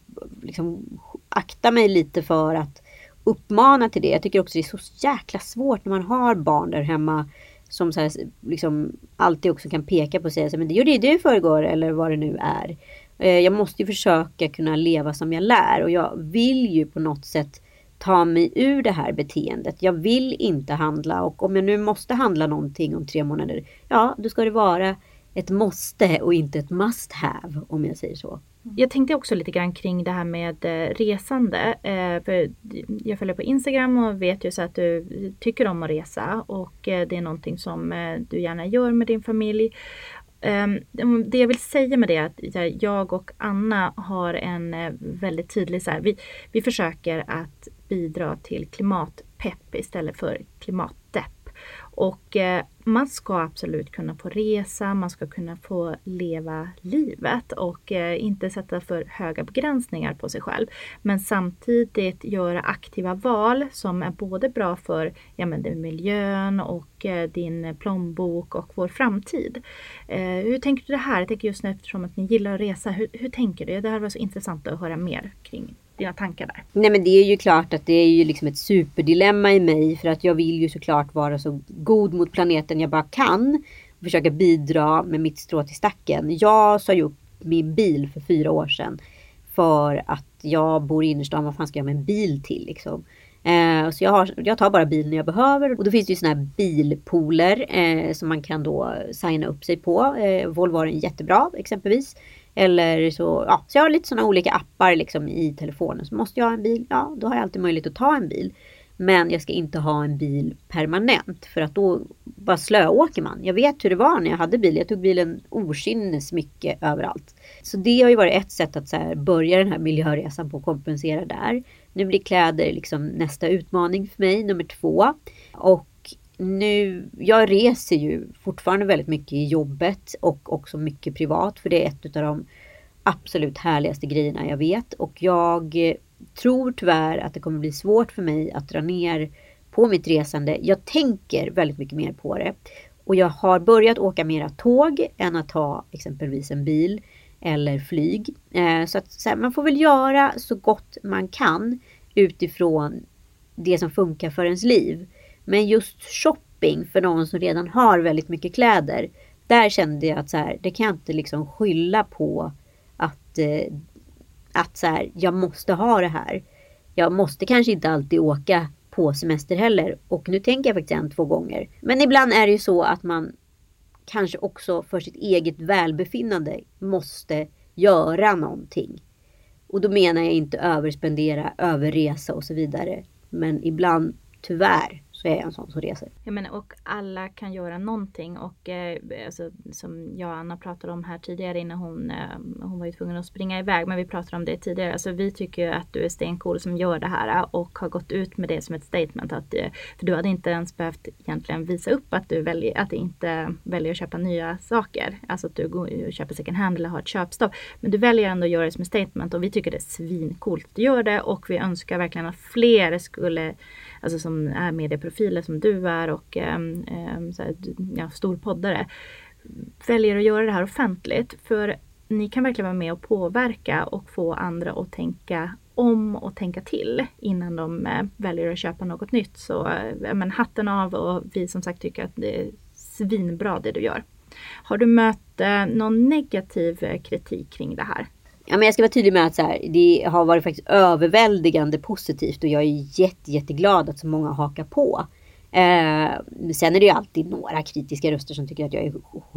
liksom aktar mig lite för att uppmana till det. Jag tycker också det är så jäkla svårt när man har barn där hemma som så här, liksom, alltid också kan peka på och säga så, men det gjorde ju du förrgår eller vad det nu är. Eh, jag måste ju försöka kunna leva som jag lär. Och jag vill ju på något sätt ta mig ur det här beteendet. Jag vill inte handla, och om jag nu måste handla någonting om tre månader, ja, då ska det vara ett måste och inte ett must have, om jag säger så. Jag tänkte också lite grann kring det här med resande. Eh, för jag följer på Instagram och vet ju så att du tycker om att resa och eh, det är någonting som eh, du gärna gör med din familj. Um, det jag vill säga med det är att jag och Anna har en uh, väldigt tydlig så här, vi, vi försöker att bidra till klimatpepp istället för klimatdepp. Och eh, man ska absolut kunna få resa, man ska kunna få leva livet och eh, inte sätta för höga begränsningar på sig själv. Men samtidigt göra aktiva val som är både bra för ja, men det miljön och eh, din plånbok och vår framtid. Eh, hur tänker du det här? Jag tänker just nu eftersom att ni gillar att resa, hur, hur tänker du? Det här var så intressant att höra mer kring dina tankar där. Nej, men det är ju klart att det är ju liksom ett superdilemma i mig, för att jag vill ju såklart vara så god mot planeten jag bara kan och försöka bidra med mitt strå till stacken. Jag sa ju upp min bil för fyra år sedan för att jag bor i innerstan. Vad fan ska jag med en bil till liksom? Eh, så jag, har, jag tar bara bilen när jag behöver, och då finns det ju såna här bilpooler eh, som man kan då signa upp sig på. Eh, Volvo har en jättebra exempelvis. Eller så, ja, så jag har lite sådana olika appar liksom i telefonen. Så måste jag ha en bil, ja då har jag alltid möjlighet att ta en bil. Men jag ska inte ha en bil permanent, för att då bara slöåker man. Jag vet hur det var när jag hade bil. Jag tog bilen okynnes mycket överallt. Så det har ju varit ett sätt att så här, börja den här miljöresan på att kompensera där. Nu blir kläder liksom nästa utmaning för mig, nummer två. Och nu, jag reser ju fortfarande väldigt mycket i jobbet och också mycket privat, för det är ett av de absolut härligaste grejerna jag vet. Och jag tror tyvärr att det kommer bli svårt för mig att dra ner på mitt resande. Jag tänker väldigt mycket mer på det. Och jag har börjat åka mera tåg än att ta exempelvis en bil eller flyg. Eh, så att så här, man får väl göra så gott man kan utifrån det som funkar för ens liv. Men just shopping för någon som redan har väldigt mycket kläder, där kände jag att så här, det kan jag inte liksom skylla på att, eh, att så här, jag måste ha det här. Jag måste kanske inte alltid åka på semester heller. Och nu tänker jag faktiskt en, två gånger. Men ibland är det ju så att man kanske också för sitt eget välbefinnande måste göra någonting. Och då menar jag inte överspendera, överresa och så vidare. Men ibland, tyvärr, så är jag en sån som reser. Jag menar, och alla kan göra någonting. Och eh, alltså, som jag och Anna pratade om här tidigare innan hon, eh, hon var ju tvungen att springa iväg. Men vi pratade om det tidigare. Alltså, vi tycker ju att du är stencool som gör det här. Och har gått ut med det som ett statement. Att, för du hade inte ens behövt egentligen visa upp att du väljer, att du inte väljer att köpa nya saker. Alltså att du går och köper second hand eller har ett köpstopp. Men du väljer ändå att göra det som ett statement. Och vi tycker det är svincoolt. Du gör det, och vi önskar verkligen att fler skulle, alltså som är medieprofiler som du är och um, um, så här, ja, storpoddare, väljer att göra det här offentligt. För ni kan verkligen vara med och påverka och få andra att tänka om och tänka till innan de uh, väljer att köpa något nytt. Så uh, men hatten av, och vi som sagt tycker att det är svinbra det du gör. Har du mött uh, någon negativ uh, kritik kring det här? Ja, men jag ska vara tydlig med att så här, det har varit faktiskt överväldigande positivt, och jag är jätte, jätteglad att så många hakar på. Eh, sen är det ju alltid några kritiska röster som tycker att jag är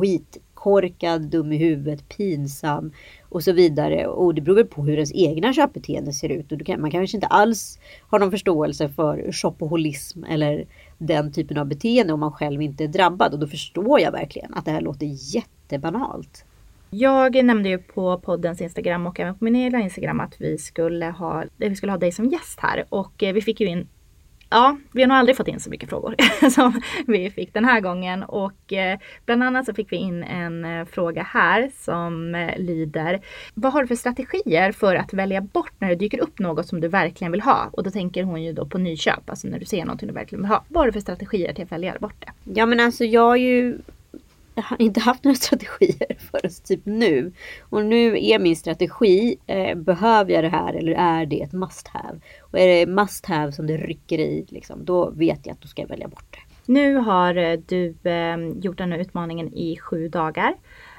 skitkorkad, dum i huvudet, pinsam och så vidare. Och det beror väl på hur ens egna köpbeteende ser ut. Och kan, man kanske inte alls har någon förståelse för shoppoholism eller den typen av beteende om man själv inte är drabbad. Och då förstår jag verkligen att det här låter jättebanalt. Jag nämnde ju på poddens Instagram och även på min egen Instagram att vi skulle ha, vi skulle ha dig som gäst här. Och vi fick ju in, ja, vi har nog aldrig fått in så mycket frågor som vi fick den här gången. Och bland annat så fick vi in en fråga här som lyder: vad har du för strategier för att välja bort när det dyker upp något som du verkligen vill ha? Och då tänker hon ju då på nyköp, alltså när du ser något du verkligen vill ha. Vad har du för strategier till att välja bort det? Ja, men alltså jag har ju Jag har inte haft några strategier förrän typ nu. Och nu är min strategi, eh, behöver jag det här eller är det ett must have? Och är det must have som det rycker i, liksom, då vet jag att då ska jag välja bort det. Nu har du eh, gjort den här utmaningen i sju dagar.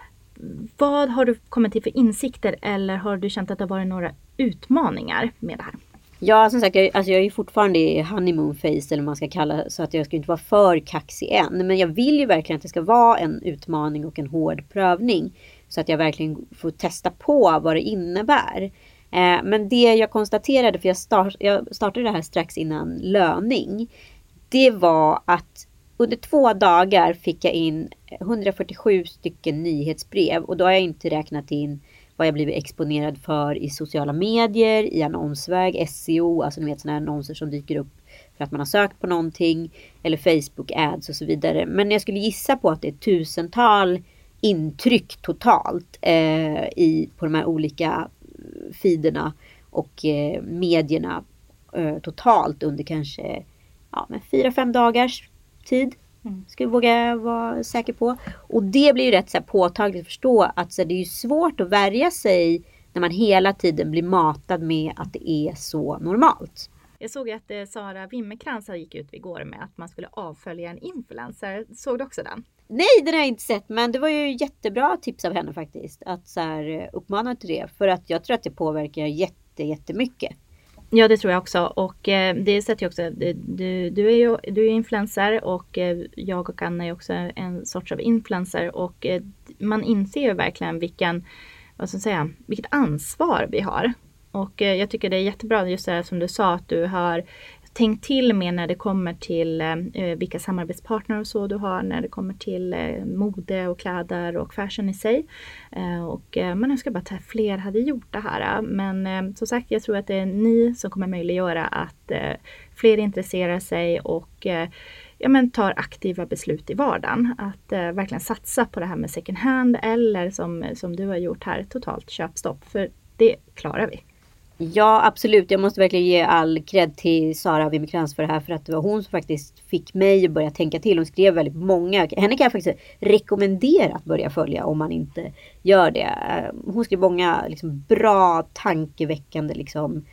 Vad har du kommit till för insikter, eller har du känt att det har varit några utmaningar med det här? Ja, som sagt, jag, alltså jag är ju fortfarande i honeymoon phase, eller vad man ska kalla, så att jag ska inte vara för kaxig än. Men jag vill ju verkligen att det ska vara en utmaning och en hård prövning, så att jag verkligen får testa på vad det innebär. Eh, men det jag konstaterade, för jag, start, jag startade det här strax innan löning, det var att under två dagar fick jag in hundrafyrtiosju stycken nyhetsbrev, och då har jag inte räknat in vad jag blivit exponerad för i sociala medier, i annonsväg, S E O, alltså ni vet sådana annonser som dyker upp för att man har sökt på någonting, eller Facebook ads och så vidare. Men jag skulle gissa på att det är tusental intryck totalt eh, i, på de här olika feederna och eh, medierna eh, totalt under kanske ja, men fyra, fem dagars tid. Mm. Ska vi våga vara säker på. Och det blir ju rätt så här påtagligt att förstå att så här, det är ju svårt att värja sig när man hela tiden blir matad med att det är så normalt. Jag såg att eh, Sara Wimmerkrans gick ut igår med att man skulle avfölja en influencer. Såg du också den? Nej, den har jag inte sett, men det var ju jättebra tips av henne faktiskt. Att så här, uppmana till det. För att jag tror att det påverkar jätte, jättemycket. Ja, det tror jag också. Och eh, det sätter ju också, du, du är ju du är influencer, och eh, jag och Anna är också en sorts av influencer. Och eh, man inser ju verkligen vilken, vad ska jag säga, vilket ansvar vi har. Och eh, jag tycker det är jättebra just det här som du sa, att du har tänkt till med när det kommer till eh, vilka samarbetspartner och så du har, när det kommer till eh, mode och kläder och fashion i sig. Eh, och eh, man önskar bara att fler hade gjort det här. Men eh, som sagt, jag tror att det är ni som kommer möjliggöra att eh, fler intresserar sig och eh, ja, men tar aktiva beslut i vardagen. Att eh, verkligen satsa på det här med second hand, eller som, som du har gjort här, totalt köpstopp. För det klarar vi. Ja, absolut. Jag måste verkligen ge all cred till Sara Wimmerkrans för det här. För att det var hon som faktiskt fick mig att börja tänka till. Hon skrev väldigt många. Henne kan jag faktiskt rekommendera att börja följa om man inte gör det. Hon skrev många liksom, bra, tankeväckande liksom,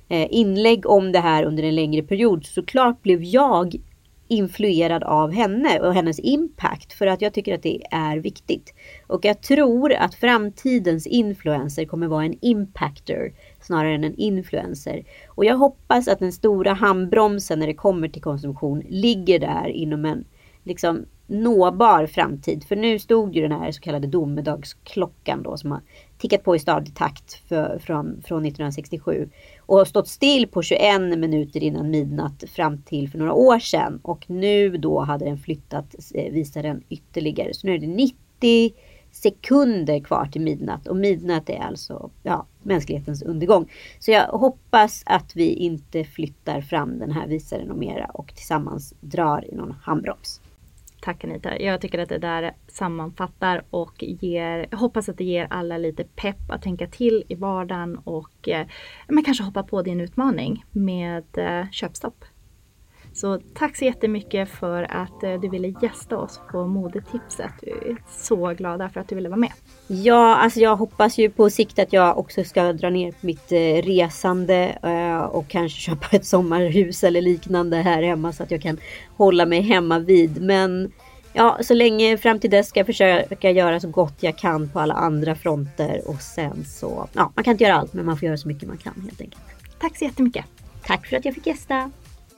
inlägg om det här under en längre period. Såklart blev jag influerad av henne och hennes impact, för att jag tycker att det är viktigt. Och jag tror att framtidens influencer kommer vara en impactor snarare än en influencer. Och jag hoppas att den stora handbromsen när det kommer till konsumtion ligger där inom en liksom nåbar framtid. För nu stod ju den här så kallade domedagsklockan då som har tickat på i stadig takt för, från, från nittonhundrasextiosju. Och har stått still på tjugoen minuter innan midnatt fram till för några år sedan. Och nu då hade den flyttat, visar den ytterligare. Så nu är det nittio sekunder kvar till midnatt. Och midnatt är alltså ja, mänsklighetens undergång. Så jag hoppas att vi inte flyttar fram den här visaren och mera och tillsammans drar i någon handbroms. Tack Anita. Jag tycker att det där sammanfattar och ger, jag hoppas att det ger alla lite pepp att tänka till i vardagen och eh, men kanske hoppa på din utmaning med eh, köpstopp. Så tack så jättemycket för att eh, du ville gästa oss på modetipset. Vi är så glada för att du ville vara med. Ja, alltså jag hoppas ju på sikt att jag också ska dra ner på mitt eh, resande eh, och kanske köpa ett sommarhus eller liknande här hemma så att jag kan hålla mig hemma vid. Men ja, så länge fram till dess ska jag försöka göra så gott jag kan på alla andra fronter och sen så, ja, man kan inte göra allt men man får göra så mycket man kan helt enkelt. Tack så jättemycket. Tack för att jag fick gästa.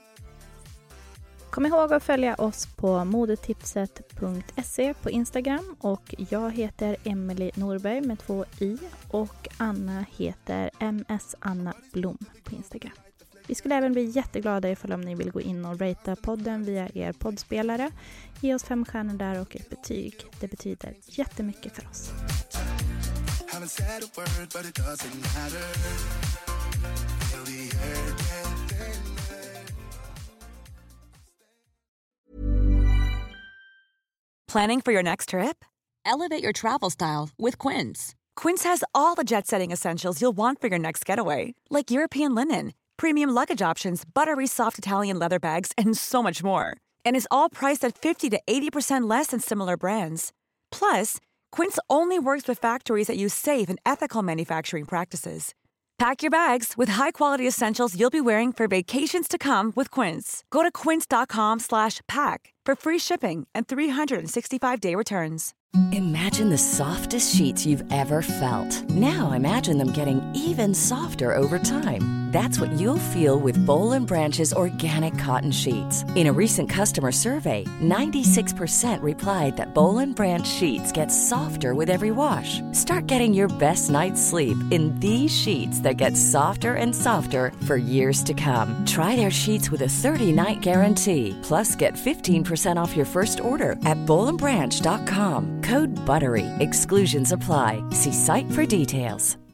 Kom ihåg att följa oss på modetipset punkt se på Instagram och jag heter Emelie Norberg med två i och Anna heter M S Anna Blom på Instagram. Vi skulle även bli jätteglada ifall om ni vill gå in och ratea podden via er poddspelare. Ge oss fem stjärnor där och ett betyg. Det betyder jättemycket för oss. Planning for your next trip? Elevate your travel style with Quince. Quince has all the jet-setting essentials you'll want for your next getaway, like European linen, premium luggage options, buttery soft Italian leather bags, and so much more. And is all priced at fifty to eighty percent less than similar brands. Plus, Quince only works with factories that use safe and ethical manufacturing practices. Pack your bags with high-quality essentials you'll be wearing for vacations to come with Quince. Go to quince.com slash pack for free shipping and three sixty-five day returns. Imagine the softest sheets you've ever felt. Now imagine them getting even softer over time. That's what you'll feel with Boll and Branch's organic cotton sheets. In a recent customer survey, ninety-six percent replied that Boll and Branch sheets get softer with every wash. Start getting your best night's sleep in these sheets that get softer and softer for years to come. Try their sheets with a thirty-night guarantee. Plus, get fifteen percent off your first order at boll and branch dot com. Code BUTTERY. Exclusions apply. See site for details.